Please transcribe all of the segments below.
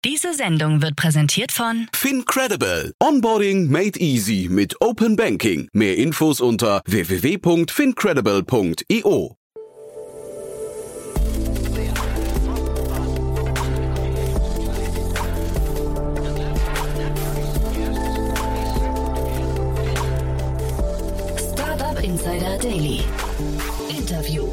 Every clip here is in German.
Diese Sendung wird präsentiert von FinCredible. Onboarding made easy mit Open Banking. Mehr Infos unter www.fincredible.io. Startup Insider Daily. Interview.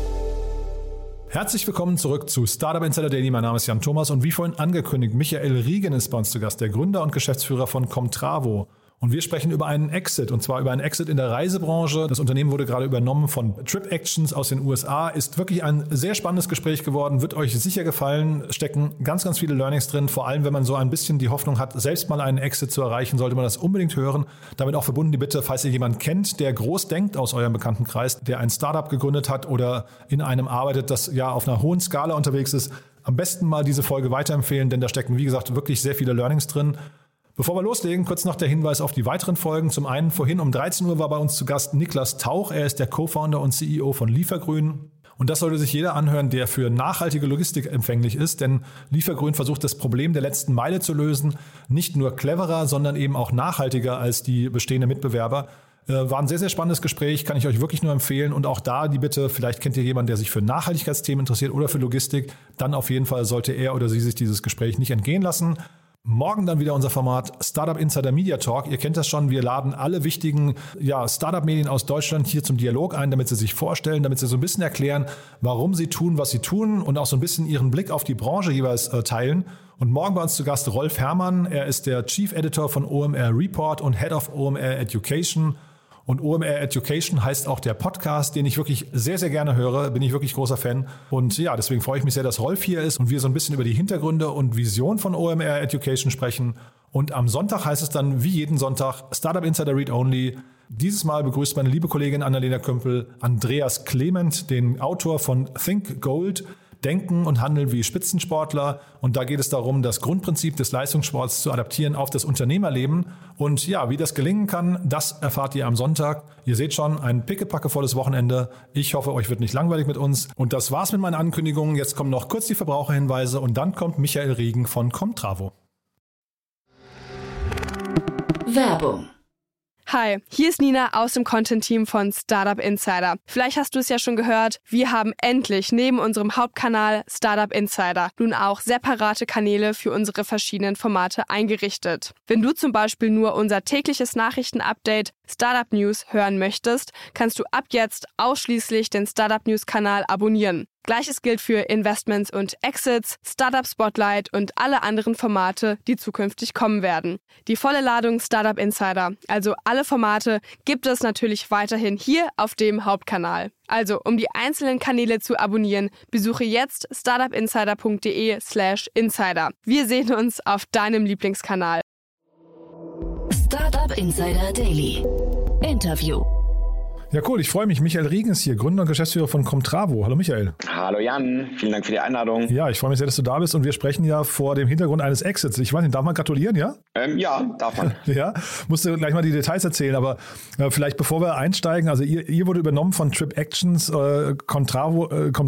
Herzlich willkommen zurück zu Startup Insider Daily. Mein Name ist Jan Thomas und wie vorhin angekündigt, Michael Riegen ist bei uns zu Gast, der Gründer und Geschäftsführer von Comtravo. Und wir sprechen über einen Exit, und zwar über einen Exit in der Reisebranche. Das Unternehmen wurde gerade übernommen von TripActions aus den USA. Ist wirklich ein sehr spannendes Gespräch geworden, wird euch sicher gefallen. Stecken ganz, ganz viele Learnings drin. Vor allem, wenn man so ein bisschen die Hoffnung hat, selbst mal einen Exit zu erreichen, sollte man das unbedingt hören. Damit auch verbunden die Bitte, falls ihr jemanden kennt, der groß denkt aus eurem Bekanntenkreis, der ein Startup gegründet hat oder in einem arbeitet, das ja auf einer hohen Skala unterwegs ist, am besten mal diese Folge weiterempfehlen, denn da stecken, wie gesagt, wirklich sehr viele Learnings drin. Bevor wir loslegen, kurz noch der Hinweis auf die weiteren Folgen. Zum einen, vorhin um 13 Uhr war bei uns zu Gast Niklas Tauch. Er ist der Co-Founder und CEO von Liefergrün. Und das sollte sich jeder anhören, der für nachhaltige Logistik empfänglich ist. Denn Liefergrün versucht, das Problem der letzten Meile zu lösen. Nicht nur cleverer, sondern eben auch nachhaltiger als die bestehenden Mitbewerber. War ein sehr, sehr spannendes Gespräch, kann ich euch wirklich nur empfehlen. Und auch da die Bitte, vielleicht kennt ihr jemanden, der sich für Nachhaltigkeitsthemen interessiert oder für Logistik. Dann auf jeden Fall sollte er oder sie sich dieses Gespräch nicht entgehen lassen. Morgen dann wieder unser Format Startup Insider Media Talk. Ihr kennt das schon, wir laden alle wichtigen Startup-Medien aus Deutschland hier zum Dialog ein, damit sie sich vorstellen, damit sie so ein bisschen erklären, warum sie tun, was sie tun und auch so ein bisschen ihren Blick auf die Branche jeweils teilen. Und morgen bei uns zu Gast Rolf Herrmann. Er ist der Chief Editor von OMR Report und Head of OMR Education. Und OMR Education heißt auch der Podcast, den ich wirklich sehr, sehr gerne höre. Bin ich wirklich großer Fan. Und ja, deswegen freue ich mich sehr, dass Rolf hier ist und wir so ein bisschen über die Hintergründe und Vision von OMR Education sprechen. Und am Sonntag heißt es dann, wie jeden Sonntag, Startup Insider Read Only. Dieses Mal begrüßt meine liebe Kollegin Annalena Kümpel Andreas Clement, den Autor von Think Gold, Denken und Handeln wie Spitzensportler. Und da geht es darum, das Grundprinzip des Leistungssports zu adaptieren auf das Unternehmerleben. Und ja, wie das gelingen kann, das erfahrt ihr am Sonntag. Ihr seht schon, ein pickepackevolles Wochenende. Ich hoffe, euch wird nicht langweilig mit uns. Und das war's mit meinen Ankündigungen. Jetzt kommen noch kurz die Verbraucherhinweise und dann kommt Michael Riegen von Comtravo. Werbung. Hi, hier ist Nina aus dem Content-Team von Startup Insider. Vielleicht hast du es ja schon gehört, wir haben endlich neben unserem Hauptkanal Startup Insider nun auch separate Kanäle für unsere verschiedenen Formate eingerichtet. Wenn du zum Beispiel nur unser tägliches Nachrichtenupdate Startup News hören möchtest, kannst du ab jetzt ausschließlich den Startup News-Kanal abonnieren. Gleiches gilt für Investments und Exits, Startup Spotlight und alle anderen Formate, die zukünftig kommen werden. Die volle Ladung Startup Insider, also alle Formate, gibt es natürlich weiterhin hier auf dem Hauptkanal. Also, um die einzelnen Kanäle zu abonnieren, besuche jetzt startupinsider.de/insider. Wir sehen uns auf deinem Lieblingskanal. Startup Insider Daily. Interview. Ja, cool. Ich freue mich. Michael Riegen ist hier, Gründer und Geschäftsführer von Comtravo. Hallo Michael. Hallo Jan, vielen Dank für die Einladung. Ja, ich freue mich sehr, dass du da bist und wir sprechen ja vor dem Hintergrund eines Exits. Ich weiß nicht, darf man gratulieren, ja? Ja, darf man. Ja, musst du gleich mal die Details erzählen, aber vielleicht bevor wir einsteigen, also ihr wurde übernommen von TripActions, Comtravo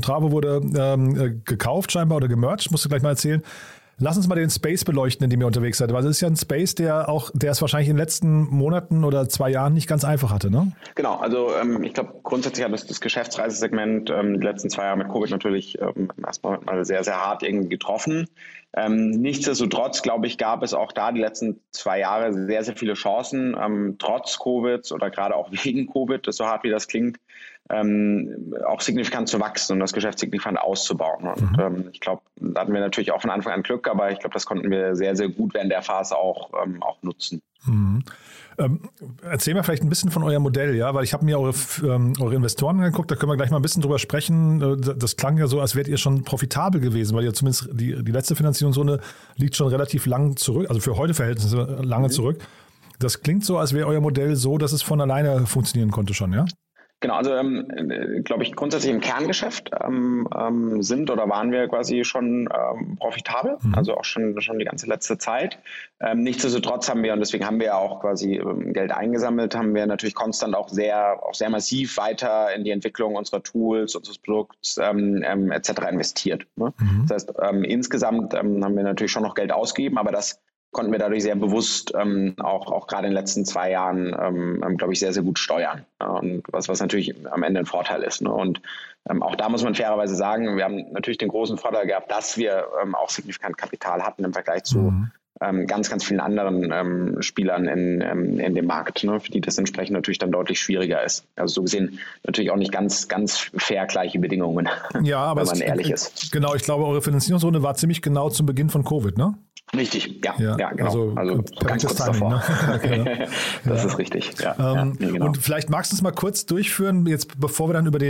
wurde gekauft scheinbar oder gemerged, musst du gleich mal erzählen. Lass uns mal den Space beleuchten, in dem ihr unterwegs seid. Weil das ist ja ein Space, der es wahrscheinlich in den letzten Monaten oder 2 Jahren nicht ganz einfach hatte, ne? Genau, also ich glaube, grundsätzlich hat das Geschäftsreisesegment die letzten 2 Jahre mit Covid natürlich erstmal mal sehr, sehr hart irgendwie getroffen. Nichtsdestotrotz, glaube ich, gab es auch da die letzten 2 Jahre sehr, sehr viele Chancen, trotz Covid oder gerade auch wegen Covid, so hart wie das klingt, auch signifikant zu wachsen und das Geschäft signifikant auszubauen. Und ich glaube, da hatten wir natürlich auch von Anfang an Glück, aber ich glaube, das konnten wir sehr, sehr gut während der Phase auch nutzen. Mhm. Erzähl mir vielleicht ein bisschen von eurem Modell, ja, weil ich habe mir eure Investoren angeguckt, da können wir gleich mal ein bisschen drüber sprechen. Das klang ja so, als wärt ihr schon profitabel gewesen, weil ihr zumindest die letzte Finanzierungsrunde liegt schon relativ lang zurück, also für heute Verhältnisse lange zurück. Das klingt so, als wäre euer Modell so, dass es von alleine funktionieren konnte schon, ja? Genau, also glaube ich, grundsätzlich im Kerngeschäft sind oder waren wir quasi schon profitabel, also auch schon die ganze letzte Zeit. Nichtsdestotrotz haben wir, und deswegen haben wir ja auch quasi Geld eingesammelt, haben wir natürlich konstant auch sehr massiv weiter in die Entwicklung unserer Tools, unseres Produkts etc. investiert. Ne? Das heißt, insgesamt haben wir natürlich schon noch Geld ausgegeben, aber das konnten wir dadurch sehr bewusst auch gerade in den letzten 2 Jahren, glaube ich, sehr, sehr gut steuern. Und was natürlich am Ende ein Vorteil ist. Ne? Und auch da muss man fairerweise sagen, wir haben natürlich den großen Vorteil gehabt, dass wir auch signifikant Kapital hatten im Vergleich zu ganz, ganz vielen anderen Spielern in dem Markt, ne? Für die das entsprechend natürlich dann deutlich schwieriger ist. Also so gesehen natürlich auch nicht ganz fair gleiche Bedingungen, ja, aber wenn man ehrlich ist. Genau, ich glaube, eure Finanzierungsrunde war ziemlich genau zum Beginn von Covid, ne? Richtig, ja, genau. Also ganz kurz Timing, davor. Ne? Das ist richtig. Ja, genau. Und vielleicht magst du es mal kurz durchführen, jetzt bevor wir dann über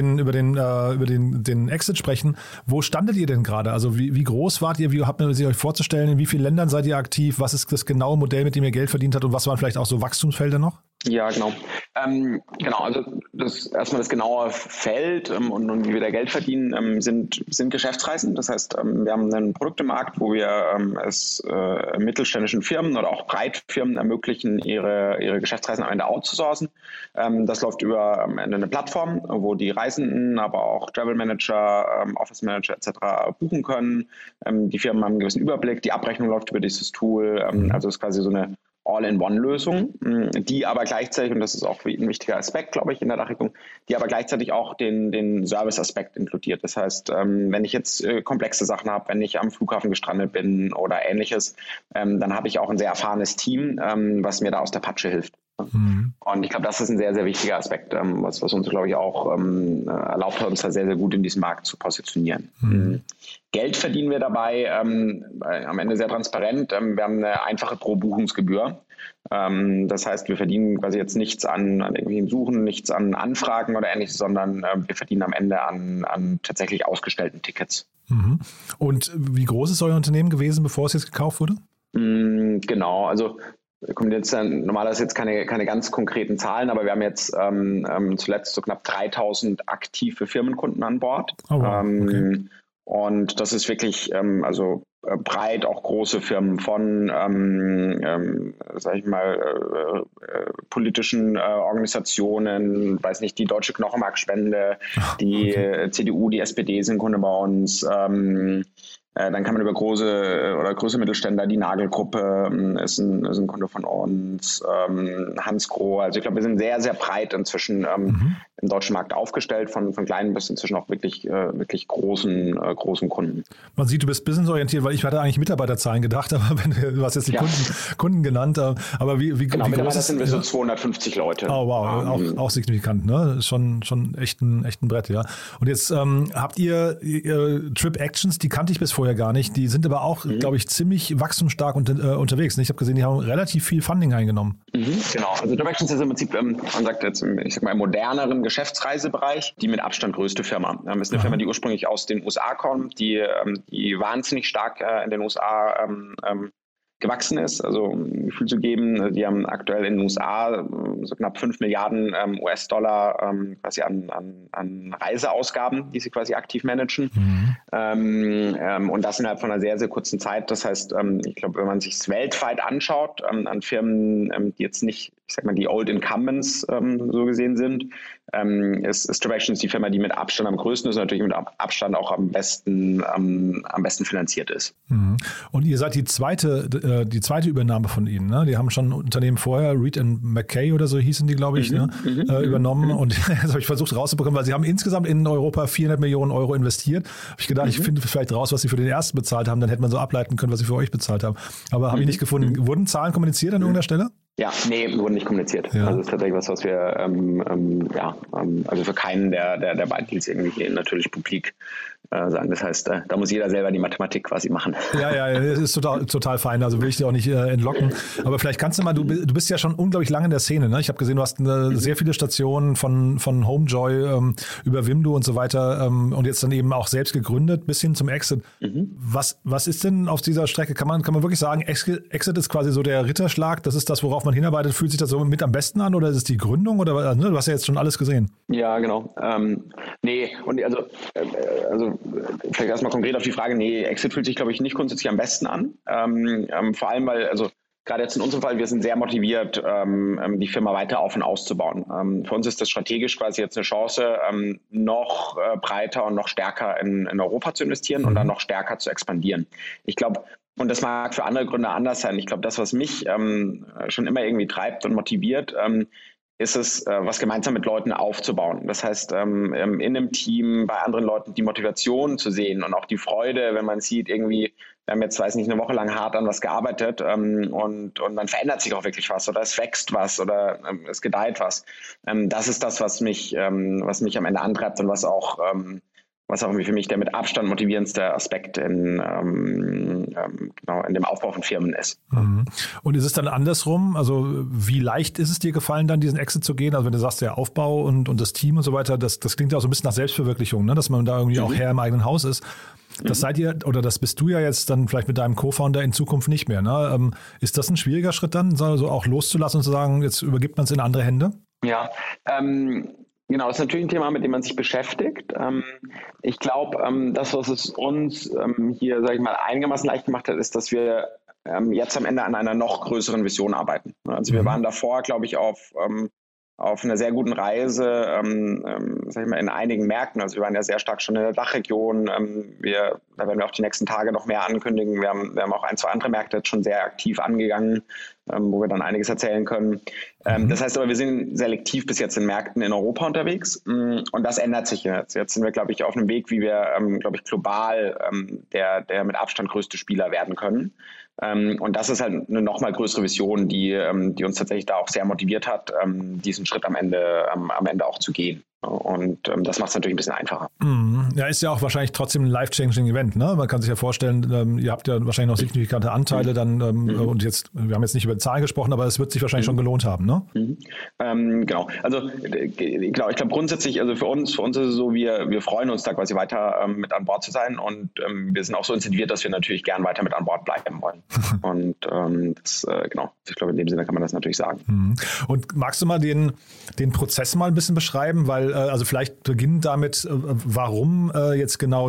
den Exit sprechen. Wo standet ihr denn gerade? Also wie groß wart ihr? Wie habt ihr sie euch vorzustellen? In wie vielen Ländern seid ihr aktiv? Was ist das genaue Modell, mit dem ihr Geld verdient habt? Und was waren vielleicht auch so Wachstumsfelder noch? Ja, genau. Also erstmal das genaue Feld und wie wir da Geld verdienen, sind Geschäftsreisen. Das heißt, wir haben einen Produkt im Markt, wo wir es mittelständischen Firmen oder auch Breitfirmen ermöglichen, ihre Geschäftsreisen am Ende outzusourcen. Das läuft über eine Plattform, wo die Reisenden, aber auch Travel Manager, Office Manager etc. buchen können. Die Firmen haben einen gewissen Überblick. Die Abrechnung läuft über dieses Tool. Also es ist quasi so eine All-in-One-Lösung, die aber gleichzeitig, und das ist auch ein wichtiger Aspekt, glaube ich, in der Dachregelung, die aber gleichzeitig auch den Service-Aspekt inkludiert. Das heißt, wenn ich jetzt komplexe Sachen habe, wenn ich am Flughafen gestrandet bin oder ähnliches, dann habe ich auch ein sehr erfahrenes Team, was mir da aus der Patsche hilft. Und ich glaube, das ist ein sehr, sehr wichtiger Aspekt, was uns, glaube ich, auch erlaubt hat, uns da sehr, sehr gut in diesem Markt zu positionieren. Geld verdienen wir dabei am Ende sehr transparent. Wir haben eine einfache Pro-Buchungsgebühr. Das heißt, wir verdienen quasi jetzt nichts an irgendwelchen Suchen, nichts an Anfragen oder ähnliches, sondern wir verdienen am Ende an tatsächlich ausgestellten Tickets. Und wie groß ist euer Unternehmen gewesen, bevor es jetzt gekauft wurde? Genau, also kommen jetzt normalerweise jetzt keine ganz konkreten Zahlen, aber wir haben jetzt zuletzt so knapp 3000 aktive Firmenkunden an Bord. Oh, wow. Okay. Und das ist wirklich breit, auch große Firmen von, sag ich mal, politischen Organisationen, weiß nicht, die Deutsche Knochenmarkspende, die CDU, die SPD sind Kunde bei uns. Dann kann man über größere Mittelständler, die Nagelgruppe ist ein Kunde von uns, Hans Grohe. Also ich glaube, wir sind sehr, sehr breit inzwischen im deutschen Markt aufgestellt, von kleinen bis inzwischen auch wirklich großen Kunden. Man sieht, du bist businessorientiert, weil ich hatte eigentlich Mitarbeiterzahlen gedacht, aber du hast jetzt die Kunden genannt. Aber wie Mitarbeiter sind wir so 250 Leute. Oh wow, auch signifikant, ne? Schon echt ein Brett, ja. Und jetzt habt ihr Trip Actions, die kannte ich bis vorher gar nicht. Die sind aber auch, glaube ich, ziemlich wachstumsstark unterwegs. Ich habe gesehen, die haben relativ viel Funding eingenommen. Genau. Also Trip Actions ist im Prinzip, man sagt jetzt, ich sag mal, im moderneren Geschäftsreisebereich, die mit Abstand größte Firma. Ist eine Firma, die ursprünglich aus den USA kommt, die wahnsinnig stark in den USA gewachsen ist. Also ein Gefühl zu geben, die haben aktuell in den USA so knapp 5 Milliarden US-Dollar quasi an Reiseausgaben, die sie quasi aktiv managen. Und das innerhalb von einer sehr, sehr kurzen Zeit. Das heißt, ich glaube, wenn man sich es weltweit anschaut, an Firmen, die jetzt nicht, ich sag mal, die Old Incumbents so gesehen sind, ist Trip Actions die Firma, die mit Abstand am größten ist und natürlich mit Abstand auch am besten finanziert ist. Und ihr seid die zweite Übernahme von ihnen, ne? Die haben schon ein Unternehmen vorher, Reed & Mackay oder so hießen die, glaube ich, übernommen. Und das habe ich versucht rauszubekommen, weil sie haben insgesamt in Europa 400 Millionen Euro investiert. Habe ich gedacht, ich finde vielleicht raus, was sie für den ersten bezahlt haben, dann hätte man so ableiten können, was sie für euch bezahlt haben. Aber habe ich nicht gefunden. Wurden Zahlen kommuniziert an irgendeiner Stelle? Ja, nee, wurden nicht kommuniziert. Ja. Also das ist tatsächlich was wir also für keinen der beiden Deals irgendwie natürlich publik sagen. Das heißt, da muss jeder selber die Mathematik quasi machen. Ja, das ist total fein, also will ich dir auch nicht entlocken. Aber vielleicht kannst du mal, du bist ja schon unglaublich lange in der Szene, ne? Ich habe gesehen, du hast sehr viele Stationen von Homejoy über Wimdu und so weiter und jetzt dann eben auch selbst gegründet bis hin zum Exit. Was ist denn auf dieser Strecke, kann man wirklich sagen, Exit ist quasi so der Ritterschlag, das ist das, worauf man hinarbeitet, fühlt sich das so mit am besten an oder ist es die Gründung oder du hast ja jetzt schon alles gesehen. Ja, genau. Nee, und also vielleicht erstmal konkret auf die Frage, nee, Exit fühlt sich, glaube ich, nicht grundsätzlich am besten an. Vor allem, weil, also gerade jetzt in unserem Fall, wir sind sehr motiviert, die Firma weiter auf- und auszubauen. Für uns ist das strategisch quasi jetzt eine Chance, noch breiter und noch stärker in Europa zu investieren und dann noch stärker zu expandieren. Ich glaube, und das mag für andere Gründer anders sein. Ich glaube, das, was mich schon immer irgendwie treibt und motiviert, ist es, was gemeinsam mit Leuten aufzubauen. Das heißt, in einem Team, bei anderen Leuten die Motivation zu sehen und auch die Freude, wenn man sieht, irgendwie, wir haben jetzt, weiß nicht, eine Woche lang hart an was gearbeitet und dann verändert sich auch wirklich was oder es wächst was oder es gedeiht was. Das ist das, was mich am Ende antreibt und was auch für mich der mit Abstand motivierendste Aspekt in dem Aufbau von Firmen ist. Und ist es dann andersrum? Also wie leicht ist es dir gefallen, dann diesen Exit zu gehen? Also wenn du sagst, der Aufbau und das Team und so weiter, das klingt ja auch so ein bisschen nach Selbstverwirklichung, ne? Dass man da irgendwie auch Herr im eigenen Haus ist. Das seid ihr, oder das bist du ja jetzt dann vielleicht mit deinem Co-Founder in Zukunft nicht mehr. Ne? Ist das ein schwieriger Schritt dann, so auch loszulassen und zu sagen, jetzt übergibt man es in andere Hände? Ja, genau, das ist natürlich ein Thema, mit dem man sich beschäftigt. Ich glaube, das, was es uns hier, sage ich mal, einigermaßen leicht gemacht hat, ist, dass wir jetzt am Ende an einer noch größeren Vision arbeiten. Also wir waren davor, glaube ich, auf einer sehr guten Reise, sag ich mal, in einigen Märkten. Also wir waren ja sehr stark schon in der Dachregion. Da werden wir auch die nächsten Tage noch mehr ankündigen. Wir haben auch 1, 2 andere Märkte jetzt schon sehr aktiv angegangen, wo wir dann einiges erzählen können. Das heißt aber, wir sind selektiv bis jetzt in Märkten in Europa unterwegs und das ändert sich jetzt. Jetzt sind wir, glaube ich, auf einem Weg, wie wir, glaube ich, global der mit Abstand größte Spieler werden können. Und das ist halt eine noch mal größere Vision, die uns tatsächlich da auch sehr motiviert hat, diesen Schritt am Ende auch zu gehen. Und das macht es natürlich ein bisschen einfacher. Ja, ist ja auch wahrscheinlich trotzdem ein life-changing Event. Ne? Man kann sich ja vorstellen, ihr habt ja wahrscheinlich noch signifikante Anteile dann und jetzt, wir haben jetzt nicht über Zahlen gesprochen, aber es wird sich wahrscheinlich schon gelohnt haben, ne? Genau. Also ich glaube grundsätzlich, also für uns ist es so, wir freuen uns da quasi weiter mit an Bord zu sein und wir sind auch so incentiviert, dass wir natürlich gern weiter mit an Bord bleiben wollen. Und genau, ich glaube, in dem Sinne kann man das natürlich sagen. Und magst du mal den Prozess mal ein bisschen beschreiben, weil also vielleicht beginnen damit, warum jetzt genau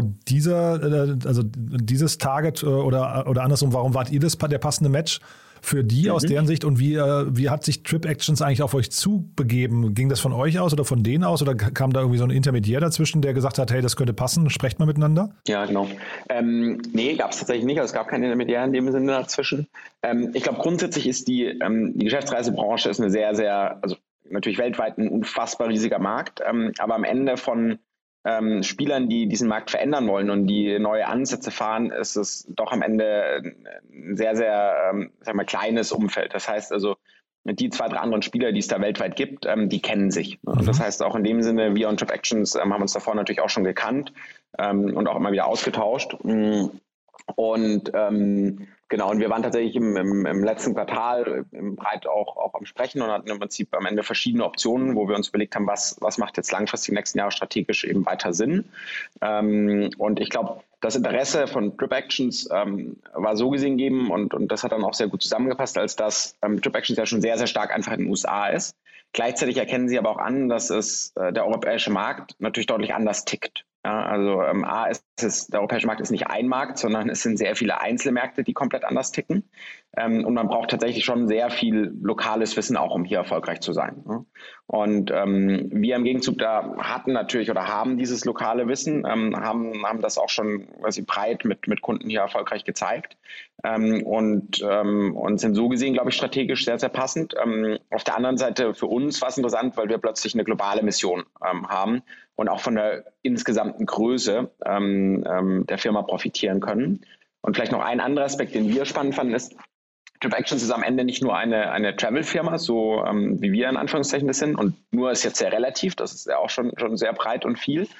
dieses Target oder andersrum, warum wart ihr der passende Match für die aus deren Sicht und wie hat sich TripActions eigentlich auf euch zubegeben? Ging das von euch aus oder von denen aus oder kam da irgendwie so ein Intermediär dazwischen, der gesagt hat, hey, das könnte passen, sprecht mal miteinander? Ja, genau. Nee, gab es tatsächlich nicht. Also es gab keinen Intermediär in dem Sinne dazwischen. Ich glaube, grundsätzlich ist die Geschäftsreisebranche ist eine sehr, sehr, also natürlich weltweit ein unfassbar riesiger Markt, aber am Ende von Spielern, die diesen Markt verändern wollen und die neue Ansätze fahren, ist es doch am Ende ein sehr, sehr kleines Umfeld. Das heißt also, die 2, 3 anderen Spieler, die es da weltweit gibt, die kennen sich. Und das heißt auch in dem Sinne, wir und TripActions haben uns davor natürlich auch schon gekannt und auch immer wieder ausgetauscht. Und genau, und wir waren tatsächlich im letzten Quartal breit auch am Sprechen und hatten im Prinzip am Ende verschiedene Optionen, wo wir uns überlegt haben, was macht jetzt langfristig in den nächsten Jahren strategisch eben weiter Sinn. Und ich glaube, das Interesse von TripActions war so gesehen gegeben und das hat dann auch sehr gut zusammengepasst, als dass TripActions ja schon sehr, sehr stark einfach in den USA ist. Gleichzeitig erkennen sie aber auch an, dass der europäische Markt natürlich deutlich anders tickt. Ja, also der europäische Markt ist nicht ein Markt, sondern es sind sehr viele Einzelmärkte, die komplett anders ticken. Und man braucht tatsächlich schon sehr viel lokales Wissen auch, um hier erfolgreich zu sein. Ne? Und wir im Gegenzug da hatten natürlich oder haben dieses lokale Wissen, haben das auch schon quasi breit mit Kunden hier erfolgreich gezeigt und sind so gesehen, glaube ich, strategisch sehr, sehr passend. Auf der anderen Seite für uns war es interessant, weil wir plötzlich eine globale Mission haben und auch von der insgesamten Größe der Firma profitieren können. Und vielleicht noch ein anderer Aspekt, den wir spannend fanden, ist, TripActions ist am Ende nicht nur eine Travel-Firma, so wie wir in Anführungszeichen das sind, und nur ist jetzt sehr relativ, das ist ja auch schon sehr breit und viel,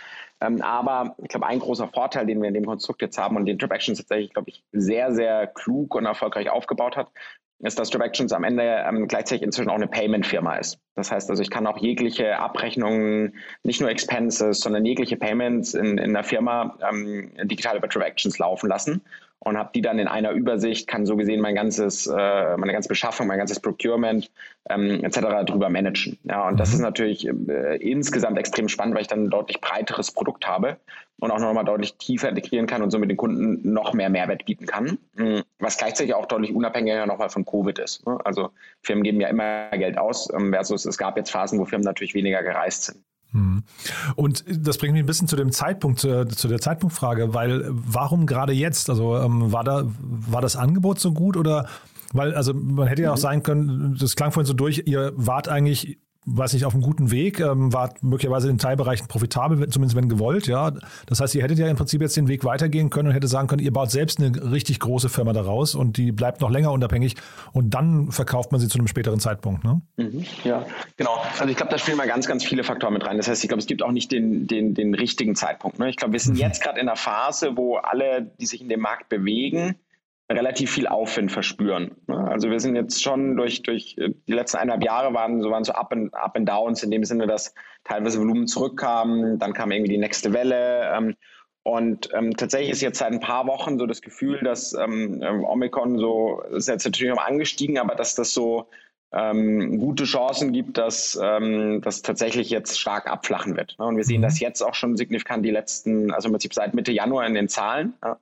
Aber ich glaube, ein großer Vorteil, den wir in dem Konstrukt jetzt haben und den TripActions tatsächlich, glaube ich, sehr, sehr klug und erfolgreich aufgebaut hat, ist, dass TripActions am Ende gleichzeitig inzwischen auch eine Payment-Firma ist. Das heißt also, ich kann auch jegliche Abrechnungen, nicht nur Expenses, sondern jegliche Payments in der Firma digital über TripActions laufen lassen und habe die dann in einer Übersicht, kann so gesehen meine ganze Beschaffung, mein ganzes Procurement etc. drüber managen. Ja, und das ist natürlich insgesamt extrem spannend, weil ich dann ein deutlich breiteres Produkt habe und auch nochmal deutlich tiefer integrieren kann und somit den Kunden noch mehr Mehrwert bieten kann, was gleichzeitig auch deutlich unabhängiger nochmal von Covid ist. Also Firmen geben ja immer Geld aus, versus es gab jetzt Phasen, wo Firmen natürlich weniger gereist sind. Und das bringt mich ein bisschen zu dem Zeitpunkt, zu der Zeitpunktfrage, weil warum gerade jetzt? Also war das Angebot so gut oder weil, also man hätte ja auch sein können, das klang vorhin so durch, ihr wart eigentlich, weiß nicht, auf einem guten Weg, wart möglicherweise in Teilbereichen profitabel, zumindest wenn gewollt, ja. Das heißt, ihr hättet ja im Prinzip jetzt den Weg weitergehen können und hättet sagen können, ihr baut selbst eine richtig große Firma daraus und die bleibt noch länger unabhängig und dann verkauft man sie zu einem späteren Zeitpunkt, ne? Ja, genau. Also ich glaube, da spielen mal ganz, ganz viele Faktoren mit rein. Das heißt, ich glaube, es gibt auch nicht den richtigen Zeitpunkt, ne? Ich glaube, wir sind jetzt gerade in einer Phase, wo alle, die sich in dem Markt bewegen, relativ viel Aufwind verspüren. Also wir sind jetzt schon durch die letzten 1,5 Jahre waren so Up and Downs in dem Sinne, dass teilweise Volumen zurückkamen, dann kam irgendwie die nächste Welle. Und tatsächlich ist jetzt seit ein paar Wochen so das Gefühl, dass Omikron so ist jetzt natürlich noch angestiegen, aber dass das so gute Chancen gibt, dass das tatsächlich jetzt stark abflachen wird. Und wir sehen das jetzt auch schon signifikant die letzten, also im Prinzip seit Mitte Januar in den Zahlen. Ja.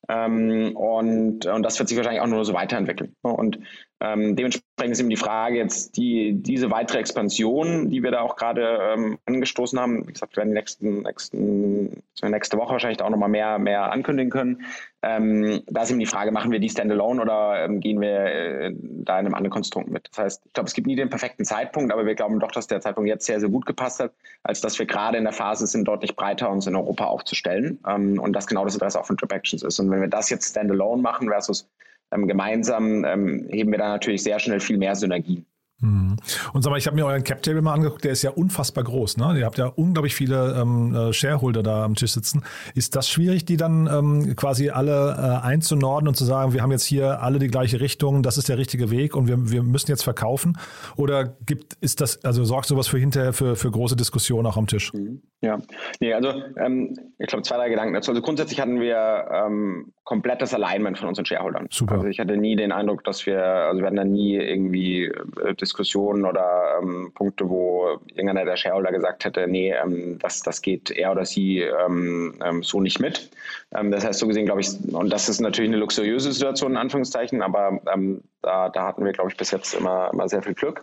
Und das wird sich wahrscheinlich auch nur so weiterentwickeln. Und dementsprechend ist eben die Frage jetzt, diese weitere Expansion, die wir da auch gerade angestoßen haben, wie gesagt, wir werden nächste Woche wahrscheinlich auch nochmal mehr ankündigen können. Da ist eben die Frage, machen wir die Standalone oder gehen wir da in einem anderen Konstrukt mit? Das heißt, ich glaube, es gibt nie den perfekten Zeitpunkt, aber wir glauben doch, dass der Zeitpunkt jetzt sehr, sehr gut gepasst hat, als dass wir gerade in der Phase sind, deutlich breiter uns in Europa aufzustellen. Und das genau das Interesse auch von TripActions ist. Und wenn wir das jetzt Standalone machen versus gemeinsam, heben wir da natürlich sehr schnell viel mehr Synergien. Und sag mal, ich habe mir euren Cap-Table mal angeguckt, der ist ja unfassbar groß, ne? Ihr habt ja unglaublich viele Shareholder da am Tisch sitzen. Ist das schwierig, die dann quasi alle einzunorden und zu sagen, wir haben jetzt hier alle die gleiche Richtung, das ist der richtige Weg und wir müssen jetzt verkaufen? Oder sorgt sowas für hinterher für große Diskussionen auch am Tisch? Ja, nee, also ich glaube 2, 3 Gedanken dazu. Also grundsätzlich hatten wir komplettes Alignment von unseren Shareholdern. Super. Also ich hatte nie den Eindruck, wir hatten da nie irgendwie Diskussionen oder Punkte, wo irgendeiner der Shareholder gesagt hätte, nee, das geht er oder sie so nicht mit. Das heißt, so gesehen, glaube ich, und das ist natürlich eine luxuriöse Situation, in Anführungszeichen, aber da hatten wir, glaube ich, bis jetzt immer sehr viel Glück.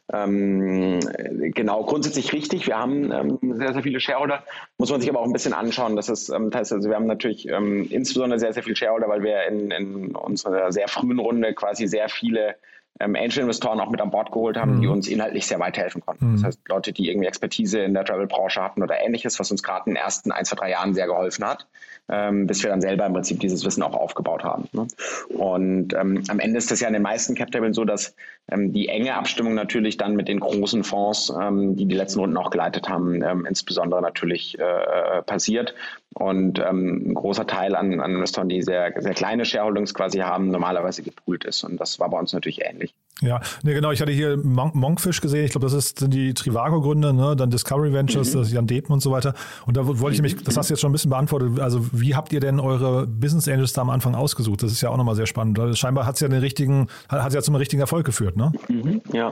Genau, grundsätzlich richtig. Wir haben sehr, sehr viele Shareholder. Muss man sich aber auch ein bisschen anschauen. Das ist, also wir haben natürlich insbesondere sehr, sehr viele Shareholder, weil wir in unserer sehr frühen Runde quasi sehr viele Angel-Investoren auch mit an Bord geholt haben, die uns inhaltlich sehr weiterhelfen konnten. Das heißt, Leute, die irgendwie Expertise in der Travel-Branche hatten oder Ähnliches, was uns gerade in den ersten 1, 2, 3 Jahren sehr geholfen hat, bis wir dann selber im Prinzip dieses Wissen auch aufgebaut haben. Ne? Und am Ende ist das ja in den meisten Cap-Tables so, dass die enge Abstimmung natürlich dann mit den großen Fonds, die letzten Runden auch geleitet haben, insbesondere natürlich passiert. Und ein großer Teil an Investoren, die sehr, sehr kleine Shareholdings quasi haben, normalerweise gepoolt ist. Und das war bei uns natürlich ähnlich. Ja, nee, genau. Ich hatte hier Monkfish gesehen. Ich glaube, sind die Trivago-Gründer, ne? Dann Discovery Ventures, das ist Jan Depen und so weiter. Und da wollte ich mich, das hast du jetzt schon ein bisschen beantwortet. Also, wie habt ihr denn eure Business Angels da am Anfang ausgesucht? Das ist ja auch nochmal sehr spannend. Scheinbar hat es ja zum richtigen Erfolg geführt, ne? Ja.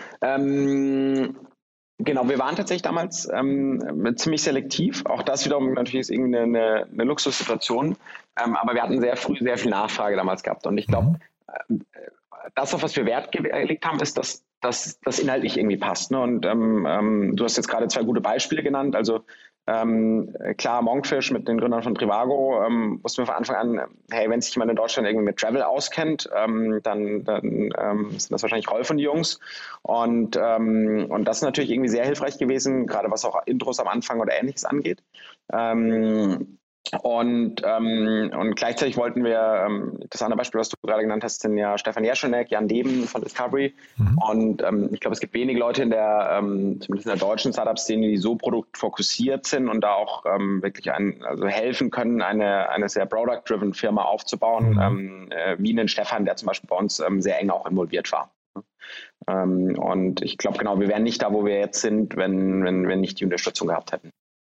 Genau, wir waren tatsächlich damals ziemlich selektiv. Auch das wiederum natürlich ist irgendwie eine Luxussituation. Aber wir hatten sehr früh sehr viel Nachfrage damals gehabt. Und ich glaube, das, auf was wir Wert gelegt haben, ist, dass das inhaltlich irgendwie passt. Ne? Und du hast jetzt gerade 2 gute Beispiele genannt. Also klar, Monkfish mit den Gründern von Trivago wussten wir von Anfang an, hey, wenn sich jemand in Deutschland irgendwie mit Travel auskennt, dann sind das wahrscheinlich Rolf und die Jungs. Und das ist natürlich irgendwie sehr hilfreich gewesen, gerade was auch Intros am Anfang oder Ähnliches angeht. Und gleichzeitig wollten wir, das andere Beispiel, was du gerade genannt hast, sind ja Stefan Jeschelnek, Jan Deben von Discovery. Und ich glaube, es gibt wenige Leute zumindest in der deutschen Startup-Szene, die so produktfokussiert sind und da auch wirklich helfen können, eine sehr product-driven Firma aufzubauen, wie einen Stefan, der zum Beispiel bei uns sehr eng auch involviert war. Und ich glaube, genau, wir wären nicht da, wo wir jetzt sind, wenn wir nicht die Unterstützung gehabt hätten.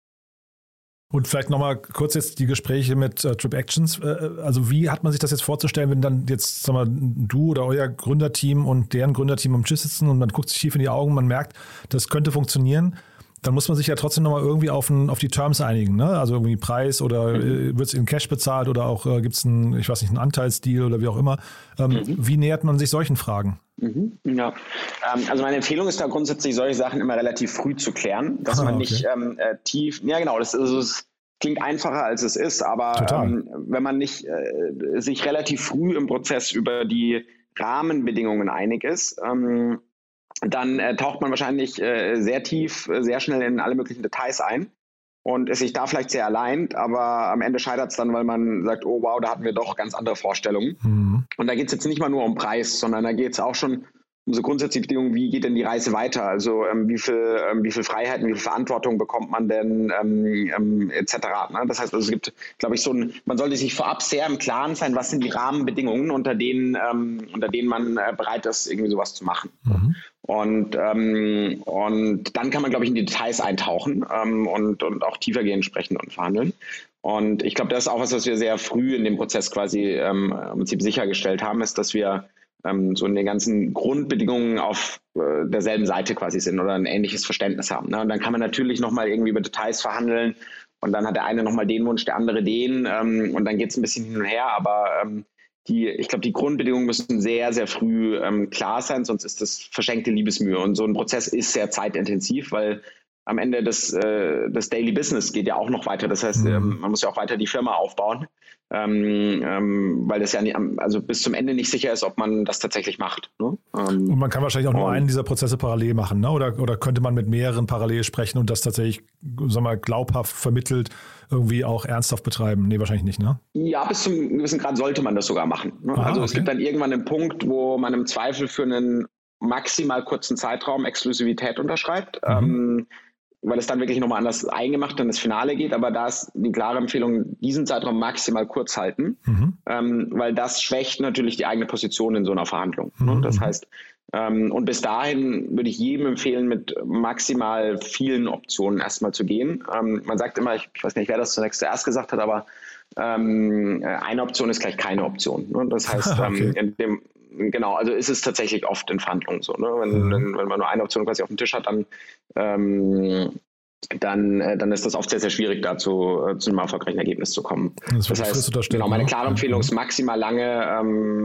Und vielleicht nochmal kurz jetzt die Gespräche mit TripActions. Also wie hat man sich das jetzt vorzustellen, wenn dann jetzt, sag mal, du oder euer Gründerteam und deren Gründerteam am Tisch sitzen und man guckt sich tief in die Augen, man merkt, das könnte funktionieren, dann muss man sich ja trotzdem nochmal irgendwie auf die Terms einigen, ne? Also irgendwie Preis oder wird es in Cash bezahlt oder auch gibt es einen Anteilsdeal oder wie auch immer. Wie nähert man sich solchen Fragen? Ja, also meine Empfehlung ist da grundsätzlich, solche Sachen immer relativ früh zu klären, dass man nicht ja genau, das klingt einfacher als es ist, aber wenn man nicht sich relativ früh im Prozess über die Rahmenbedingungen einig ist, dann taucht man wahrscheinlich sehr tief, sehr schnell in alle möglichen Details ein und ist sich da vielleicht sehr allein, aber am Ende scheitert es dann, weil man sagt, oh wow, da hatten wir doch ganz andere Vorstellungen. Und da geht es jetzt nicht mal nur um Preis, sondern da geht es auch schon um so grundsätzliche Bedingungen, wie geht denn die Reise weiter? Also wie viel Freiheiten, wie viel Verantwortung bekommt man denn etc. Ne? Das heißt, es gibt, glaube ich, man sollte sich vorab sehr im Klaren sein, was sind die Rahmenbedingungen, unter denen man bereit ist, irgendwie sowas zu machen. Und dann kann man, glaube ich, in die Details eintauchen und auch tiefer gehen, sprechen und verhandeln. Und ich glaube, das ist auch was wir sehr früh in dem Prozess quasi im Prinzip sichergestellt haben, ist, dass wir so in den ganzen Grundbedingungen auf derselben Seite quasi sind oder ein ähnliches Verständnis haben. Ne? Und dann kann man natürlich nochmal irgendwie über Details verhandeln und dann hat der eine nochmal den Wunsch, der andere den und dann geht es ein bisschen hin und her, aber ich glaube, die Grundbedingungen müssen sehr, sehr früh klar sein, sonst ist das verschenkte Liebesmühe. Und so ein Prozess ist sehr zeitintensiv, weil am Ende das Daily Business geht ja auch noch weiter. Das heißt, man muss ja auch weiter die Firma aufbauen, weil das ja also bis zum Ende nicht sicher ist, ob man das tatsächlich macht. Ne? Und man kann wahrscheinlich auch nur einen dieser Prozesse parallel machen, ne? Oder könnte man mit mehreren parallel sprechen und das tatsächlich, sagen wir mal, glaubhaft vermittelt irgendwie auch ernsthaft betreiben? Nee, wahrscheinlich nicht, ne? Ja, bis zum gewissen Grad sollte man das sogar machen. Ne? Aha, es gibt dann irgendwann einen Punkt, wo man im Zweifel für einen maximal kurzen Zeitraum Exklusivität unterschreibt, weil es dann wirklich nochmal anders eingemacht in das Finale geht. Aber da ist die klare Empfehlung, diesen Zeitraum maximal kurz halten, weil das schwächt natürlich die eigene Position in so einer Verhandlung. Ne? Das heißt, und bis dahin würde ich jedem empfehlen, mit maximal vielen Optionen erstmal zu gehen. Man sagt immer, ich weiß nicht, wer das zuerst gesagt hat, aber eine Option ist gleich keine Option. Ne? Das heißt, genau, also ist es tatsächlich oft in Verhandlungen so. Ne? Wenn man nur eine Option quasi auf dem Tisch hat, dann ist das oft sehr, sehr schwierig, da zu einem erfolgreichen Ergebnis zu kommen. Das heißt, genau, meine klare Empfehlung ist maximal lange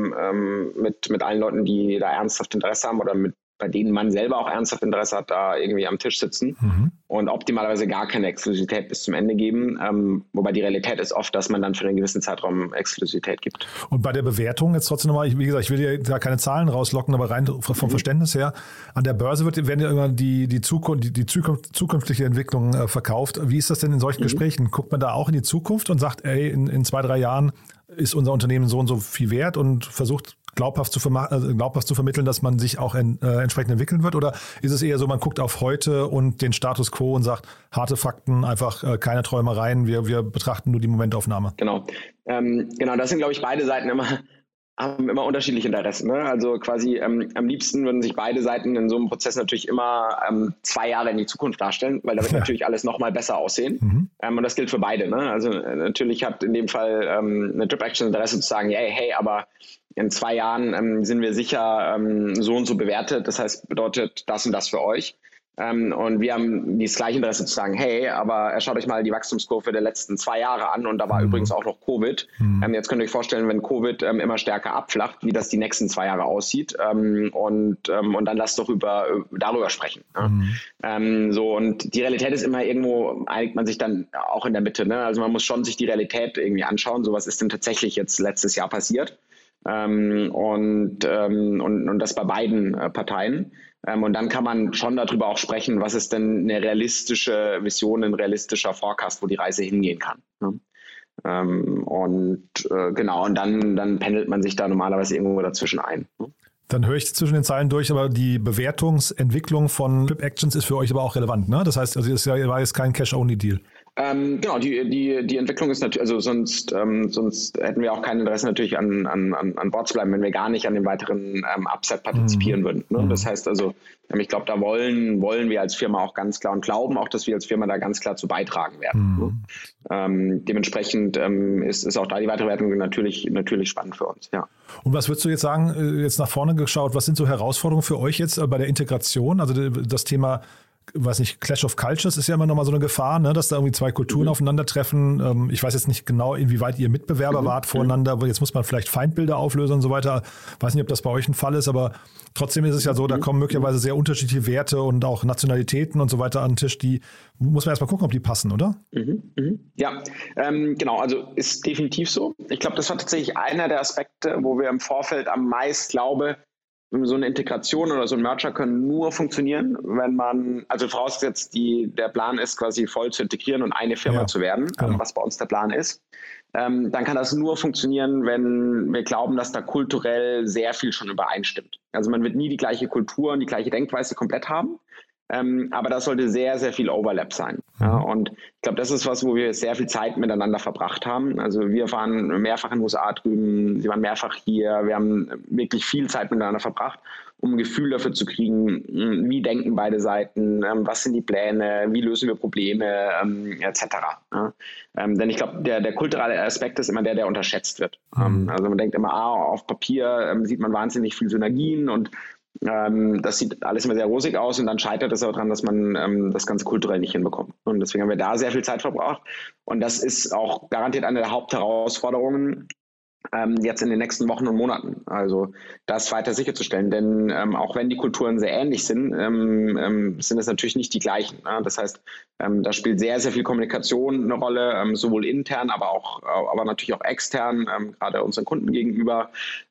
mit allen Leuten, die da ernsthaft Interesse haben oder bei denen man selber auch ernsthaft Interesse hat, da irgendwie am Tisch sitzen und optimalerweise gar keine Exklusivität bis zum Ende geben. Wobei die Realität ist oft, dass man dann für einen gewissen Zeitraum Exklusivität gibt. Und bei der Bewertung jetzt trotzdem nochmal, wie gesagt, ich will dir da keine Zahlen rauslocken, aber rein vom Verständnis her, an der Börse werden ja immer die zukünftige Entwicklung verkauft. Wie ist das denn in solchen Gesprächen? Guckt man da auch in die Zukunft und sagt, ey, in 2-3 Jahren ist unser Unternehmen so und so viel wert und versucht glaubhaft zu vermitteln, dass man sich auch entsprechend entwickeln wird? Oder ist es eher so, man guckt auf heute und den Status quo und sagt, harte Fakten, einfach keine Träumereien, wir betrachten nur die Momentaufnahme? Genau, das sind, glaube ich, beide Seiten haben immer unterschiedliche Interessen. Ne? Also quasi am liebsten würden sich beide Seiten in so einem Prozess natürlich immer 2 Jahre in die Zukunft darstellen, weil da wird natürlich alles nochmal besser aussehen. Und das gilt für beide. Ne? Also natürlich hat in dem Fall eine TripActions Interesse zu sagen, hey, aber in 2 Jahren sind wir sicher so und so bewertet. Das heißt, bedeutet das und das für euch. Und wir haben das gleiche Interesse zu sagen, hey, aber schaut euch mal die Wachstumskurve der letzten 2 Jahre an und da war übrigens auch noch Covid. Jetzt könnt ihr euch vorstellen, wenn Covid immer stärker abflacht, wie das die nächsten 2 Jahre aussieht. Und dann lasst doch darüber sprechen. Und die Realität ist immer irgendwo, einigt man sich dann auch in der Mitte. Ne? Also man muss schon sich die Realität irgendwie anschauen. So was ist denn tatsächlich jetzt letztes Jahr passiert? Und das bei beiden Parteien. Und dann kann man schon darüber auch sprechen, was ist denn eine realistische Vision, ein realistischer Forecast, wo die Reise hingehen kann. Und dann pendelt man sich da normalerweise irgendwo dazwischen ein. Dann höre ich zwischen den Zeilen durch, aber die Bewertungsentwicklung von Flip Actions ist für euch aber auch relevant, ne? Das heißt, also es war jetzt kein Cash-Only-Deal. Genau, die Entwicklung ist natürlich, also sonst hätten wir auch kein Interesse natürlich an Bord zu bleiben, wenn wir gar nicht an dem weiteren Upset partizipieren würden. Ne? Das heißt also, ich glaube, da wollen wir als Firma auch ganz klar und glauben auch, dass wir als Firma da ganz klar zu beitragen werden. Ne? Dementsprechend ist auch da die Weiterwertung natürlich spannend für uns, ja. Und was würdest du jetzt sagen, jetzt nach vorne geschaut, was sind so Herausforderungen für euch jetzt bei der Integration? Also das Thema, weiß nicht, Clash of Cultures ist ja immer nochmal so eine Gefahr, ne, dass da irgendwie zwei Kulturen aufeinandertreffen. Ich weiß jetzt nicht genau, inwieweit ihr Mitbewerber wart voreinander, aber jetzt muss man vielleicht Feindbilder auflösen und so weiter. Weiß nicht, ob das bei euch ein Fall ist, aber trotzdem ist es ja so, da kommen möglicherweise sehr unterschiedliche Werte und auch Nationalitäten und so weiter an den Tisch, die muss man erstmal gucken, ob die passen, oder? Ja, genau, also ist definitiv so. Ich glaube, das war tatsächlich einer der Aspekte, wo wir im Vorfeld am meisten so eine Integration oder so ein Merger können nur funktionieren, wenn man, also vorausgesetzt, der Plan ist quasi voll zu integrieren und eine Firma zu werden, was bei uns der Plan ist. Dann kann das nur funktionieren, wenn wir glauben, dass da kulturell sehr viel schon übereinstimmt. Also man wird nie die gleiche Kultur und die gleiche Denkweise komplett haben, aber das sollte sehr, sehr viel Overlap sein. Ja, und ich glaube, das ist was, wo wir sehr viel Zeit miteinander verbracht haben. Also wir waren mehrfach in den USA drüben, sie waren mehrfach hier. Wir haben wirklich viel Zeit miteinander verbracht, um ein Gefühl dafür zu kriegen, wie denken beide Seiten, was sind die Pläne, wie lösen wir Probleme, etc. Ja. Denn ich glaube, der kulturelle Aspekt ist immer der unterschätzt wird. Also man denkt immer, auf Papier sieht man wahnsinnig viel Synergien und das sieht alles immer sehr rosig aus und dann scheitert es auch daran, dass man das Ganze kulturell nicht hinbekommt. Und deswegen haben wir da sehr viel Zeit verbraucht. Und das ist auch garantiert eine der Hauptherausforderungen jetzt in den nächsten Wochen und Monaten. Also das weiter sicherzustellen. Denn auch wenn die Kulturen sehr ähnlich sind, sind es natürlich nicht die gleichen. Ne? Das heißt, da spielt sehr, sehr viel Kommunikation eine Rolle, sowohl intern, aber natürlich auch extern, gerade unseren Kunden gegenüber.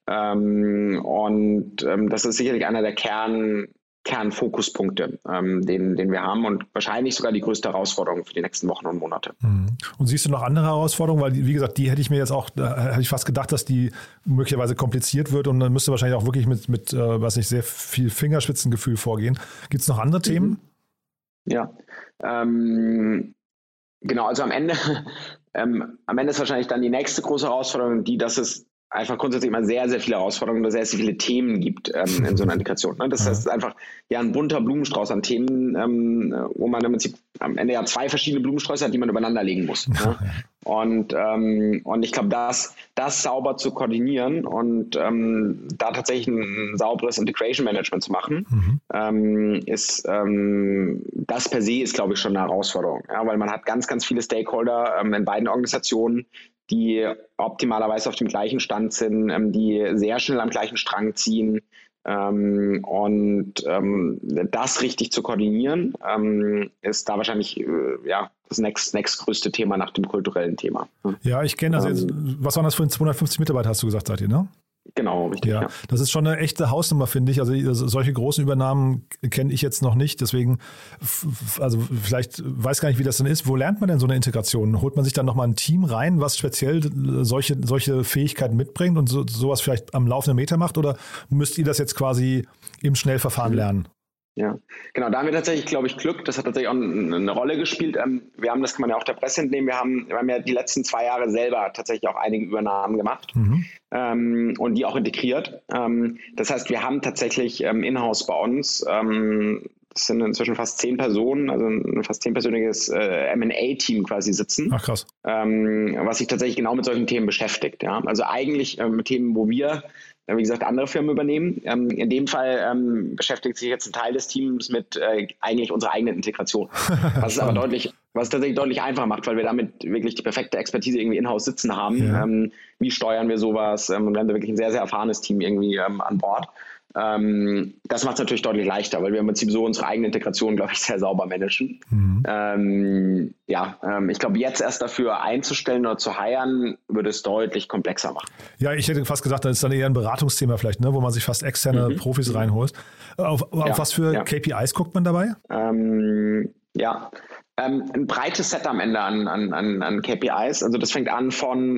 Und das ist sicherlich einer der Kernfokuspunkte, den wir haben und wahrscheinlich sogar die größte Herausforderung für die nächsten Wochen und Monate. Und siehst du noch andere Herausforderungen? Weil, wie gesagt, die hätte ich mir jetzt auch, hätte ich fast gedacht, dass die möglicherweise kompliziert wird und dann müsste wahrscheinlich auch wirklich mit sehr viel Fingerspitzengefühl vorgehen. Gibt es noch andere Themen? Ja, genau, also am Ende ist wahrscheinlich dann die nächste große Herausforderung dass es einfach grundsätzlich immer sehr, sehr viele Herausforderungen oder sehr, sehr viele Themen gibt in so einer Integration. Ne? Das heißt, es ist einfach ein bunter Blumenstrauß an Themen, wo man im Prinzip am Ende zwei verschiedene Blumensträuße hat, die man übereinander legen muss. Ne? Und ich glaube, das sauber zu koordinieren und da tatsächlich ein sauberes Integration Management zu machen, das per se ist, glaube ich, schon eine Herausforderung. Ja? Weil man hat ganz, ganz viele Stakeholder in beiden Organisationen, die optimalerweise auf dem gleichen Stand sind, die sehr schnell am gleichen Strang ziehen. Das richtig zu koordinieren, ist da wahrscheinlich das nächstgrößte Thema nach dem kulturellen Thema. Ja, ich kenne das jetzt. Was waren das für 250 Mitarbeiter, hast du gesagt, seid ihr, ne? Genau, richtig. Ja, das ist schon eine echte Hausnummer, finde ich. Also solche großen Übernahmen kenne ich jetzt noch nicht. Deswegen, also vielleicht weiß gar nicht, wie das denn ist. Wo lernt man denn so eine Integration? Holt man sich dann nochmal ein Team rein, was speziell solche Fähigkeiten mitbringt und sowas vielleicht am laufenden Meter macht? Oder müsst ihr das jetzt quasi im Schnellverfahren lernen? Ja, genau, da haben wir tatsächlich, glaube ich, Glück. Das hat tatsächlich auch eine Rolle gespielt. Wir haben, das kann man ja auch der Presse entnehmen, wir haben ja die letzten 2 Jahre selber tatsächlich auch einige Übernahmen gemacht und die auch integriert. Das heißt, wir haben tatsächlich in-house bei uns, das sind inzwischen fast 10 Personen, also ein fast 10-persönliges M&A-Team quasi sitzen. Ach krass. Was sich tatsächlich genau mit solchen Themen beschäftigt. Ja? Also eigentlich mit Themen, wo wir wie gesagt, andere Firmen übernehmen. In dem Fall beschäftigt sich jetzt ein Teil des Teams mit eigentlich unserer eigenen Integration. Was es tatsächlich deutlich einfacher macht, weil wir damit wirklich die perfekte Expertise irgendwie in-house sitzen haben. Ja. Wie steuern wir sowas? Und wir haben da wirklich ein sehr, sehr erfahrenes Team irgendwie an Bord. Das macht es natürlich deutlich leichter, weil wir im Prinzip so unsere eigene Integration, glaube ich, sehr sauber managen. Ich glaube, jetzt erst dafür einzustellen oder zu hiren, würde es deutlich komplexer machen. Ja, ich hätte fast gesagt, das ist dann eher ein Beratungsthema vielleicht, ne, wo man sich fast externe Profis reinholt. Auf was für KPIs guckt man dabei? Ein breites Set am Ende an KPIs. Also das fängt an von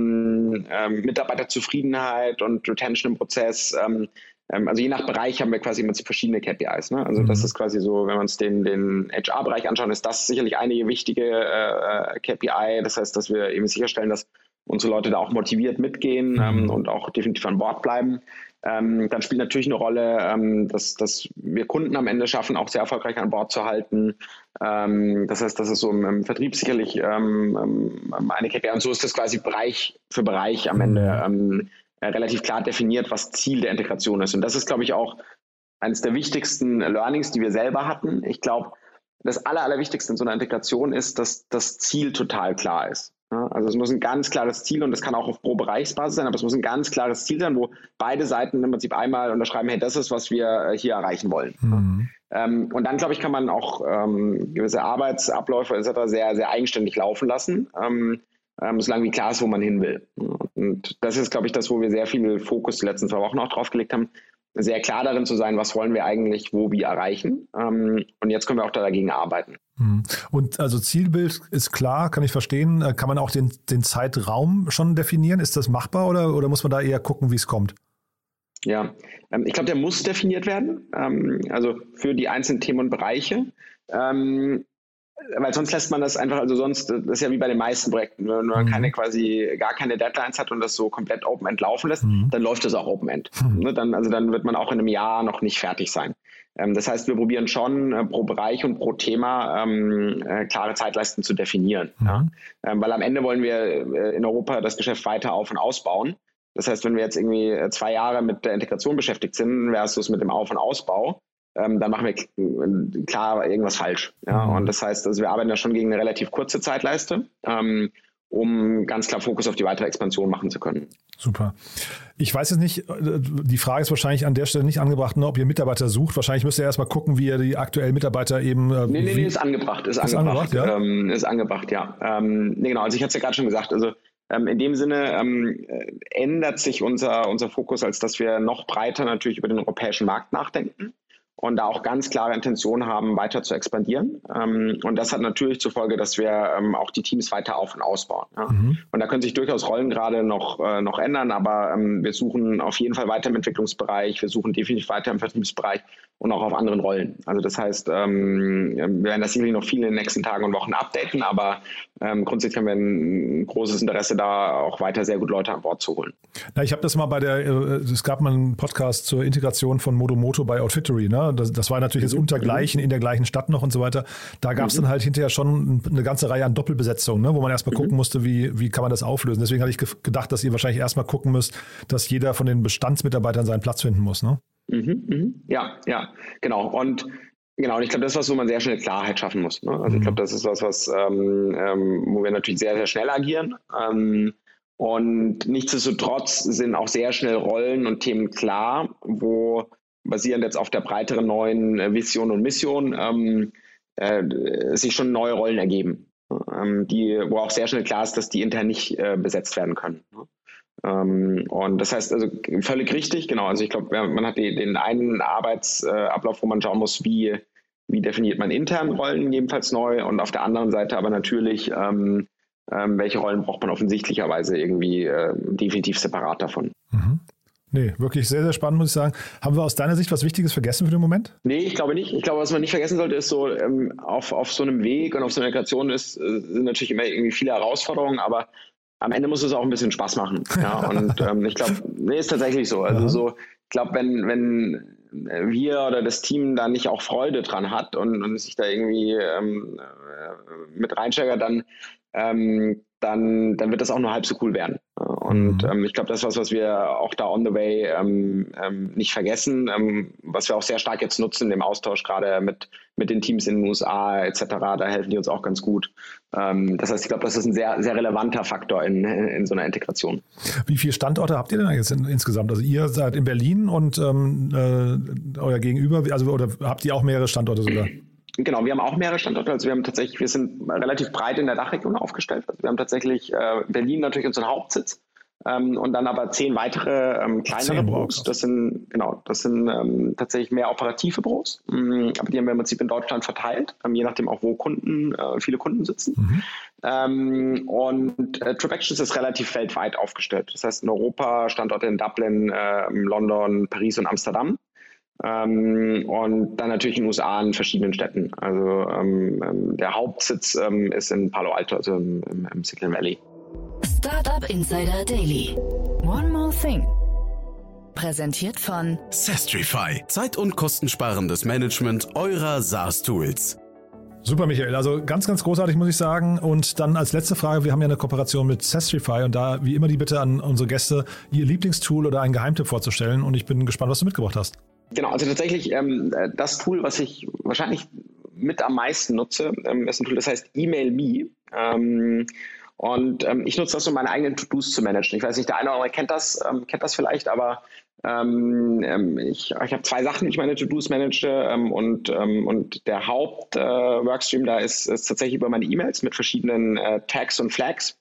Mitarbeiterzufriedenheit und Retention im Prozess. Also je nach Bereich haben wir quasi immer verschiedene KPIs. Ne? Also das ist quasi so, wenn wir uns den HR-Bereich anschauen, ist das sicherlich eine wichtige KPI. Das heißt, dass wir eben sicherstellen, dass unsere Leute da auch motiviert mitgehen und auch definitiv an Bord bleiben. Dann spielt natürlich eine Rolle, dass wir Kunden am Ende schaffen, auch sehr erfolgreich an Bord zu halten. Das heißt, das ist so im Vertrieb sicherlich eine KPI. Und so ist das quasi Bereich für Bereich am Ende relativ klar definiert, was Ziel der Integration ist. Und das ist, glaube ich, auch eines der wichtigsten Learnings, die wir selber hatten. Ich glaube, das Allerwichtigste in so einer Integration ist, dass das Ziel total klar ist. Also es muss ein ganz klares Ziel und das kann auch auf pro Bereichsbasis sein, aber es muss ein ganz klares Ziel sein, wo beide Seiten im Prinzip einmal unterschreiben, hey, das ist, was wir hier erreichen wollen. Und dann, glaube ich, kann man auch gewisse Arbeitsabläufe etc. sehr, sehr eigenständig laufen lassen, solange wie klar ist, wo man hin will. Und das ist, glaube ich, das, wo wir sehr viel Fokus die letzten 2 Wochen auch drauf gelegt haben, sehr klar darin zu sein, was wollen wir eigentlich, wo, wie erreichen. Und jetzt können wir auch dagegen arbeiten. Und also Zielbild ist klar, kann ich verstehen. Kann man auch den Zeitraum schon definieren? Ist das machbar oder muss man da eher gucken, wie es kommt? Ja, ich glaube, der muss definiert werden, also für die einzelnen Themen und Bereiche. Weil sonst lässt man das einfach, also sonst, das ist ja wie bei den meisten Projekten, wenn man gar keine Deadlines hat und das so komplett Open-End laufen lässt, dann läuft das auch Open-End. Dann wird man auch in einem Jahr noch nicht fertig sein. Das heißt, wir probieren schon pro Bereich und pro Thema klare Zeitleisten zu definieren. Ja? Weil am Ende wollen wir in Europa das Geschäft weiter auf- und ausbauen. Das heißt, wenn wir jetzt irgendwie 2 Jahre mit der Integration beschäftigt sind versus mit dem Auf- und Ausbau, dann machen wir klar irgendwas falsch. Ja? Und das heißt, also wir arbeiten ja schon gegen eine relativ kurze Zeitleiste, um ganz klar Fokus auf die weitere Expansion machen zu können. Super. Ich weiß jetzt nicht, die Frage ist wahrscheinlich an der Stelle nicht angebracht, ob ihr Mitarbeiter sucht. Wahrscheinlich müsst ihr erstmal gucken, wie ihr die aktuellen Mitarbeiter eben... Nee, ist angebracht. Ist angebracht, ja? Ist angebracht, ja. Genau, also ich hatte es ja gerade schon gesagt, also in dem Sinne ändert sich unser Fokus, als dass wir noch breiter natürlich über den europäischen Markt nachdenken und da auch ganz klare Intentionen haben, weiter zu expandieren. Und das hat natürlich zur Folge, dass wir auch die Teams weiter auf- und ausbauen. Ja? Und da können sich durchaus Rollen gerade noch ändern, aber wir suchen auf jeden Fall weiter im Entwicklungsbereich, wir suchen definitiv weiter im Vertriebsbereich und auch auf anderen Rollen. Also das heißt, wir werden das sicherlich noch viel in den nächsten Tagen und Wochen updaten, aber grundsätzlich haben wir ein großes Interesse, da auch weiter sehr gut Leute an Bord zu holen. Na, ich habe das mal es gab mal einen Podcast zur Integration von Modomoto bei Outfittery, ne? Das war natürlich jetzt untergleichen in der gleichen Stadt noch und so weiter. Da gab es dann halt hinterher schon eine ganze Reihe an Doppelbesetzungen, ne? Wo man erstmal gucken musste, wie kann man das auflösen. Deswegen hatte ich gedacht, dass ihr wahrscheinlich erstmal gucken müsst, dass jeder von den Bestandsmitarbeitern seinen Platz finden muss, ne? Ja, genau. Und ich glaube, das ist was, wo man sehr schnell Klarheit schaffen muss. Ne? Also ich glaube, das ist was, wo wir natürlich sehr, sehr schnell agieren. Und nichtsdestotrotz sind auch sehr schnell Rollen und Themen klar, wo basierend jetzt auf der breiteren neuen Vision und Mission sich schon neue Rollen ergeben, wo auch sehr schnell klar ist, dass die intern nicht besetzt werden können. Und das heißt, also völlig richtig, genau. Also ich glaube, man hat den einen Arbeitsablauf, wo man schauen muss, wie definiert man intern Rollen jedenfalls neu und auf der anderen Seite aber natürlich, welche Rollen braucht man offensichtlicherweise irgendwie definitiv separat davon. Nee, wirklich sehr, sehr spannend, muss ich sagen. Haben wir aus deiner Sicht was Wichtiges vergessen für den Moment? Nee, ich glaube nicht. Ich glaube, was man nicht vergessen sollte, ist so, auf so einem Weg und auf so einer Integration sind natürlich immer irgendwie viele Herausforderungen, aber am Ende muss es auch ein bisschen Spaß machen. Ja, und ich glaube, ist tatsächlich so. Also ich glaube, wenn wir oder das Team da nicht auch Freude dran hat und sich da irgendwie mit reinsteigert, dann wird das auch nur halb so cool werden. Und ich glaube, das ist was wir auch da on the way nicht vergessen, was wir auch sehr stark jetzt nutzen im Austausch gerade mit den Teams in den USA etc. Da helfen die uns auch ganz gut. Das heißt, ich glaube, das ist ein sehr, sehr relevanter Faktor in so einer Integration. Wie viele Standorte habt ihr denn jetzt insgesamt? Also ihr seid in Berlin und euer Gegenüber, oder habt ihr auch mehrere Standorte sogar? Genau, wir haben auch mehrere Standorte. Also wir sind relativ breit in der Dachregion aufgestellt. Also wir haben tatsächlich Berlin natürlich unseren Hauptsitz. und dann aber 10 weitere kleinere Büros. Das sind tatsächlich mehr operative Büros, aber die haben wir im Prinzip in Deutschland verteilt, je nachdem auch, wo viele Kunden sitzen. Und TripActions ist relativ weltweit aufgestellt. Das heißt in Europa, Standorte in Dublin, London, Paris und Amsterdam. Und dann natürlich in den USA in verschiedenen Städten. Also der Hauptsitz ist in Palo Alto, also im Silicon Valley. Startup Insider Daily. One more thing. Präsentiert von Sastrify. Zeit- und kostensparendes Management eurer SaaS-Tools. Super, Michael. Also ganz, ganz großartig, muss ich sagen. Und dann als letzte Frage, wir haben ja eine Kooperation mit Sastrify und da wie immer die Bitte an unsere Gäste, ihr Lieblingstool oder einen Geheimtipp vorzustellen. Und ich bin gespannt, was du mitgebracht hast. Genau, also tatsächlich das Tool, was ich wahrscheinlich mit am meisten nutze, ist ein Tool, das heißt EmailMe. Und ich nutze das, um meine eigenen To-Dos zu managen. Ich weiß nicht, der eine oder andere kennt das vielleicht, aber ich habe 2 Sachen, die ich meine To-Dos manage und der Haupt-Workstream da ist tatsächlich über meine E-Mails mit verschiedenen Tags und Flags.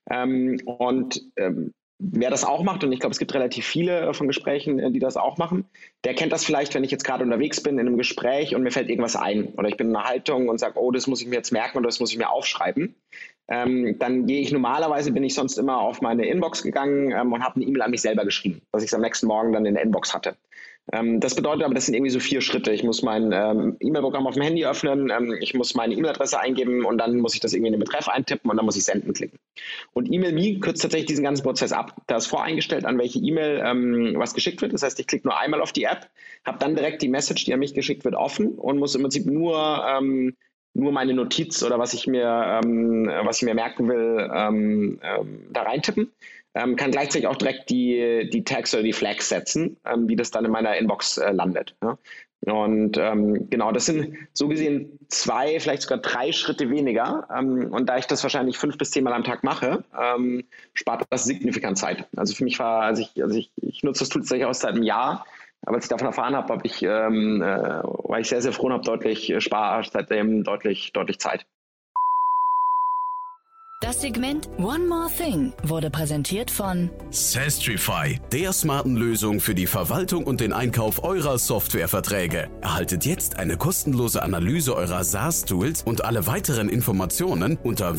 Wer das auch macht, und ich glaube, es gibt relativ viele von Gesprächen, die das auch machen, der kennt das vielleicht, wenn ich jetzt gerade unterwegs bin in einem Gespräch und mir fällt irgendwas ein oder ich bin in einer Haltung und sage, oh, das muss ich mir jetzt merken oder das muss ich mir aufschreiben. Dann bin ich sonst immer auf meine Inbox gegangen und habe eine E-Mail an mich selber geschrieben, dass ich es am nächsten Morgen dann in der Inbox hatte. Das bedeutet aber, das sind irgendwie so 4 Schritte. Ich muss mein E-Mail-Programm auf dem Handy öffnen, ich muss meine E-Mail-Adresse eingeben und dann muss ich das irgendwie in den Betreff eintippen und dann muss ich Senden klicken. Und EmailMe kürzt tatsächlich diesen ganzen Prozess ab. Da ist voreingestellt, an welche E-Mail was geschickt wird. Das heißt, ich klicke nur einmal auf die App, habe dann direkt die Message, die an mich geschickt wird, offen und muss im Prinzip nur meine Notiz oder was ich mir merken will, da reintippen. Kann gleichzeitig auch direkt die Tags oder die Flags setzen, wie das dann in meiner Inbox landet. Ja? Und genau, das sind so gesehen 2, vielleicht sogar 3 Schritte weniger. Und da ich das wahrscheinlich 5 bis 10 Mal am Tag mache, spart das signifikant Zeit. Also für mich war, ich nutze das Tool tatsächlich auch seit einem Jahr. Aber als ich davon erfahren habe, war ich sehr, sehr froh und habe seitdem deutlich Zeit. Das Segment One More Thing wurde präsentiert von Sastrify, der smarten Lösung für die Verwaltung und den Einkauf eurer Softwareverträge. Erhaltet jetzt eine kostenlose Analyse eurer SaaS-Tools und alle weiteren Informationen unter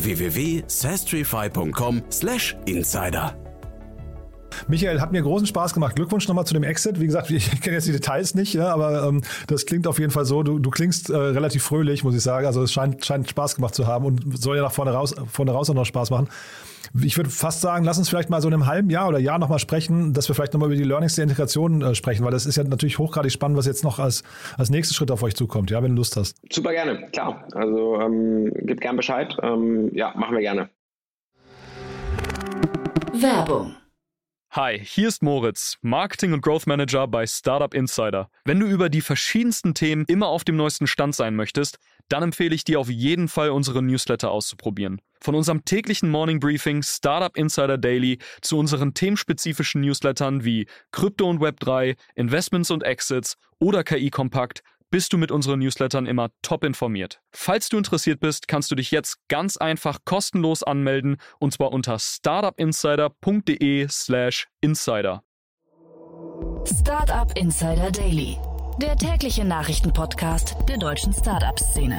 www.sastrify.com/insider. Michael, hat mir großen Spaß gemacht. Glückwunsch nochmal zu dem Exit. Wie gesagt, ich kenne jetzt die Details nicht, ja, aber das klingt auf jeden Fall so. Du klingst relativ fröhlich, muss ich sagen. Also es scheint Spaß gemacht zu haben und soll ja nach vorne raus auch noch Spaß machen. Ich würde fast sagen, lass uns vielleicht mal so in einem halben Jahr oder Jahr nochmal sprechen, dass wir vielleicht nochmal über die Learnings der Integration sprechen, weil das ist ja natürlich hochgradig spannend, was jetzt noch als nächster Schritt auf euch zukommt, ja, wenn du Lust hast. Super gerne, klar. Also gib gern Bescheid. Ja, machen wir gerne. Werbung. Hi, hier ist Moritz, Marketing- und Growth Manager bei Startup Insider. Wenn du über die verschiedensten Themen immer auf dem neuesten Stand sein möchtest, dann empfehle ich dir auf jeden Fall, unsere Newsletter auszuprobieren. Von unserem täglichen Morning Briefing Startup Insider Daily zu unseren themenspezifischen Newslettern wie Krypto und Web3, Investments und Exits oder KI Kompakt, bist du mit unseren Newslettern immer top informiert. Falls du interessiert bist, kannst du dich jetzt ganz einfach kostenlos anmelden und zwar unter startupinsider.de/insider. Startup Insider Daily, der tägliche Nachrichtenpodcast der deutschen Startup-Szene.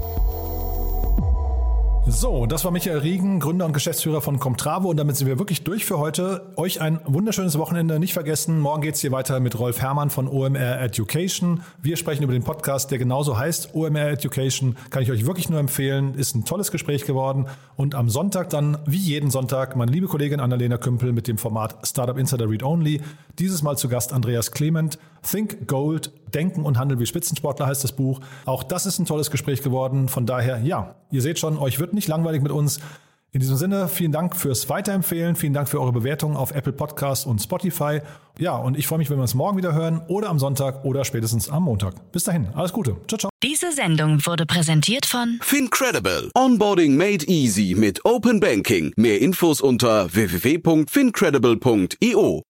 So, das war Michael Riegen, Gründer und Geschäftsführer von Comtravo und damit sind wir wirklich durch für heute. Euch ein wunderschönes Wochenende, nicht vergessen, morgen geht's hier weiter mit Rolf Herrmann von OMR Education. Wir sprechen über den Podcast, der genauso heißt, OMR Education, kann ich euch wirklich nur empfehlen, ist ein tolles Gespräch geworden und am Sonntag dann, wie jeden Sonntag, meine liebe Kollegin Annalena Kümpel mit dem Format Startup Insider Read Only, dieses Mal zu Gast Andreas Clement, Think Gold, Denken und Handeln wie Spitzensportler heißt das Buch. Auch das ist ein tolles Gespräch geworden. Von daher, ja, ihr seht schon, euch wird nicht langweilig mit uns. In diesem Sinne, vielen Dank fürs Weiterempfehlen. Vielen Dank für eure Bewertungen auf Apple Podcasts und Spotify. Ja, und ich freue mich, wenn wir uns morgen wieder hören oder am Sonntag oder spätestens am Montag. Bis dahin, alles Gute. Ciao, ciao. Diese Sendung wurde präsentiert von FinCredible. Onboarding made easy mit Open Banking. Mehr Infos unter www.fincredible.io.